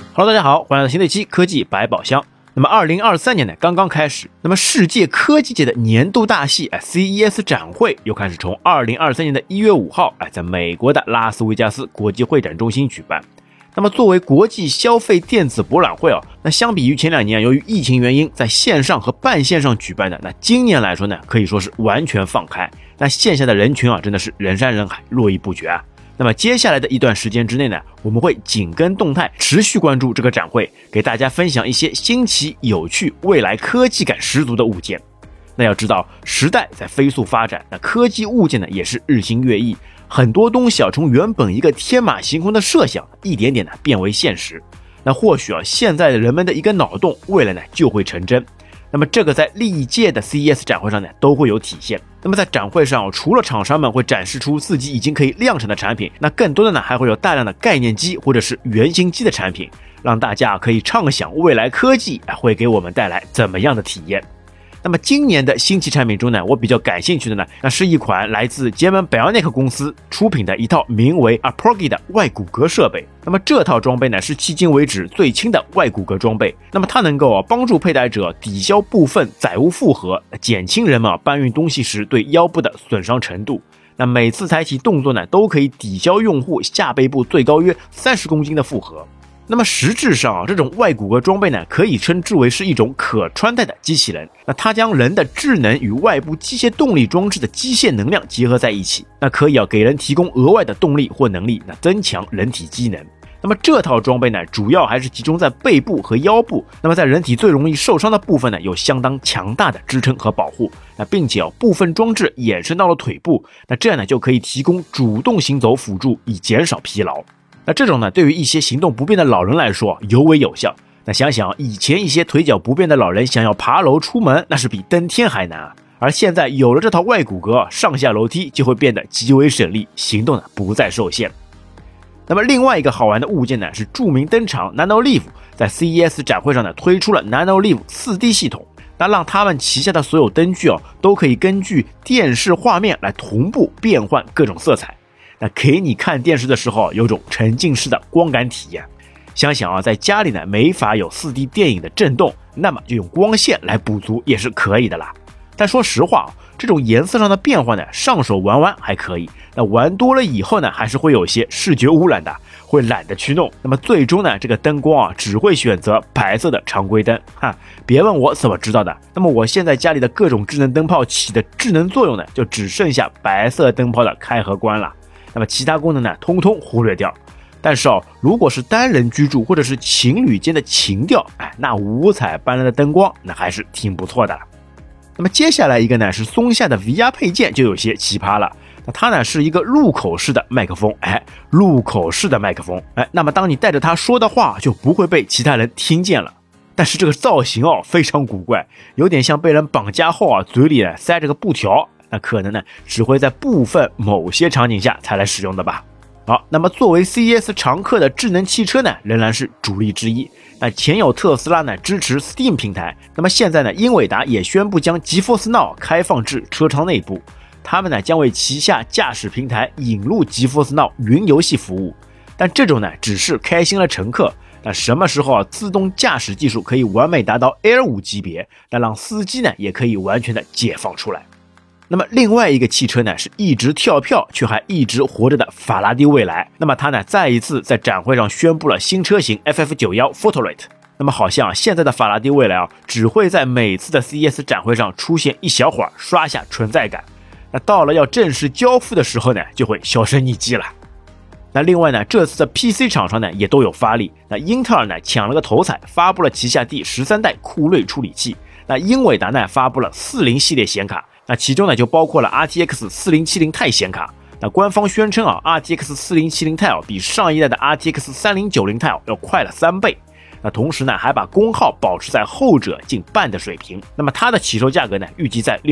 Hello， 大家好，欢迎来到新的一期科技百宝箱。那么2023年呢刚刚开始，那么世界科技界的年度大戏CES 展会又开始从2023年的1月5号在美国的拉斯维加斯国际会展中心举办。那么作为国际消费电子博览会那相比于前2年由于疫情原因在线上和半线上举办的，那今年来说呢可以说是完全放开，那线下的人群真的是人山人海，络绎不绝啊。那么接下来的一段时间之内呢，我们会紧跟动态，持续关注这个展会，给大家分享一些新奇、有趣、未来科技感十足的物件。那要知道，时代在飞速发展，那科技物件呢也是日新月异，很多东西从原本一个天马行空的设想，一点点变为现实。那或许现在的人们的一个脑洞，未来呢就会成真。那么这个在历届的 CES 展会上呢都会有体现。那么在展会上除了厂商们会展示出自己已经可以量产的产品，那更多的呢还会有大量的概念机或者是原型机的产品，让大家可以畅想未来科技会给我们带来怎么样的体验。那么今年的新奇产品中呢，我比较感兴趣的呢，那是一款来自捷门 Bionic 公司出品的一套名为 Apogee 的外骨骼设备。那么这套装备呢是迄今为止最轻的外骨骼装备，那么它能够帮助佩戴者抵消部分载物负荷，减轻人们搬运东西时对腰部的损伤程度。那每次抬起动作呢都可以抵消用户下背部最高约30公斤的负荷。那么实质上这种外骨骼装备呢可以称之为是一种可穿戴的机器人。那它将人的智能与外部机械动力装置的机械能量结合在一起，那可以给人提供额外的动力或能力，那增强人体机能。那么这套装备呢主要还是集中在背部和腰部，那么在人体最容易受伤的部分呢有相当强大的支撑和保护，那并且部分装置延伸到了腿部，那这样呢就可以提供主动行走辅助，以减少疲劳。那这种呢对于一些行动不便的老人来说尤为有效。那想想以前一些腿脚不便的老人想要爬楼出门，那是比登天还难啊。而现在有了这套外骨骼，上下楼梯就会变得极为省力，行动呢不再受限。那么另外一个好玩的物件呢是著名登场 Nanolive 在 CES 展会上呢推出了 Nanolive 4D 系统，那让他们旗下的所有灯具都可以根据电视画面来同步变换各种色彩，那给你看电视的时候有种沉浸式的光感体验。想想在家里呢没法有 4D 电影的震动，那么就用光线来补足也是可以的啦。但说实话这种颜色上的变化呢上手玩玩还可以，那玩多了以后呢还是会有些视觉污染的，会懒得去弄。那么最终呢这个灯光只会选择白色的常规灯别问我怎么知道的。那么我现在家里的各种智能灯泡起的智能作用呢就只剩下白色灯泡的开和关了，那么其他功能呢通通忽略掉。但是如果是单人居住或者是情侣间的情调那五彩斑斓的灯光那还是挺不错的。那么接下来一个呢是松下的 VR 配件就有些奇葩了，那它呢是一个入口式的麦克风，入口式的麦克风，那么当你带着它说的话就不会被其他人听见了。但是这个造型非常古怪，有点像被人绑架后嘴里塞着个布条，那可能呢只会在部分某些场景下才来使用的吧。好，那么作为 CES 常客的智能汽车呢仍然是主力之一。那前有特斯拉呢支持 Steam 平台，那么现在呢英伟达也宣布将 GeForce Now 开放至车舱内部，他们呢将为旗下驾驶平台引入 GeForce Now 云游戏服务。但这种呢只是开心了乘客，那什么时候自动驾驶技术可以完美达到 L5 级别，那让司机呢也可以完全的解放出来。那么另外一个汽车呢是一直跳票却还一直活着的法拉第未来，那么它呢再一次在展会上宣布了新车型 FF91 Photorite。 那么好像现在的法拉第未来只会在每次的 CES 展会上出现一小会儿，刷下存在感，那到了要正式交付的时候呢就会销声匿迹了。那另外呢这次的 PC 厂商呢也都有发力，那英特尔呢抢了个头彩，发布了旗下第13代酷睿处理器，那英伟达呢发布了40系列显卡，那其中呢就包括了 RTX 4070 Ti 显卡。那官方宣称RTX 4070 Ti 比上一代的 RTX 3090 Ti 要快了3倍，那同时呢还把功耗保持在后者近半的水平，那么它的起售价格呢预计在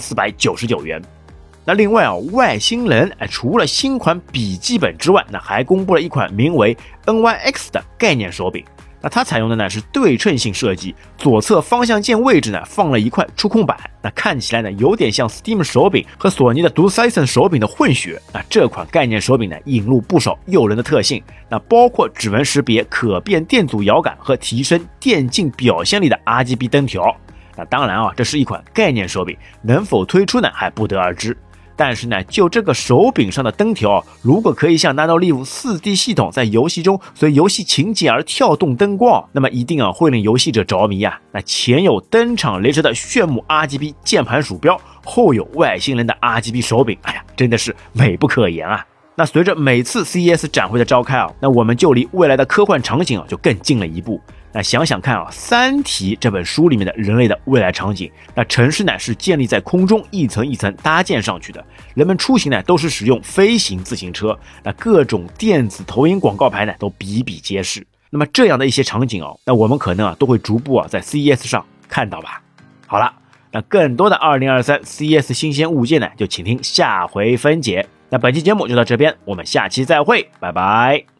6499元。那另外外星人除了新款笔记本之外，那还公布了一款名为 NYX 的概念手柄。 那它采用的呢是对称性设计，左侧方向键位置呢放了一块触控板，那看起来呢有点像 Steam 手柄和索尼的 DualSense 手柄的混血。那这款概念手柄呢引入不少诱人的特性，那包括指纹识别、可变电阻摇杆和提升电竞表现力的 RGB 灯条。那当然啊，这是一款概念手柄，能否推出呢还不得而知。但是呢，就这个手柄上的灯条，如果可以像 Nanolive 4D 系统在游戏中随游戏情节而跳动灯光，那么一定会令游戏者着迷啊。那前有登场雷蛇的炫目 RGB 键盘鼠标，后有外星人的 RGB 手柄，哎呀，真的是美不可言啊。那随着每次 CES 展会的召开啊，那我们就离未来的科幻场景就更近了一步。那想想看啊，《三体》这本书里面的人类的未来场景，那城市呢是建立在空中一层一层搭建上去的，人们出行呢都是使用飞行自行车，那各种电子投影广告牌呢都比比皆是。那么这样的一些场景那我们可能都会逐步在 CES 上看到吧。好了，那更多的2023 CES 新鲜物件呢，就请听下回分解。那本期节目就到这边，我们下期再会，拜拜。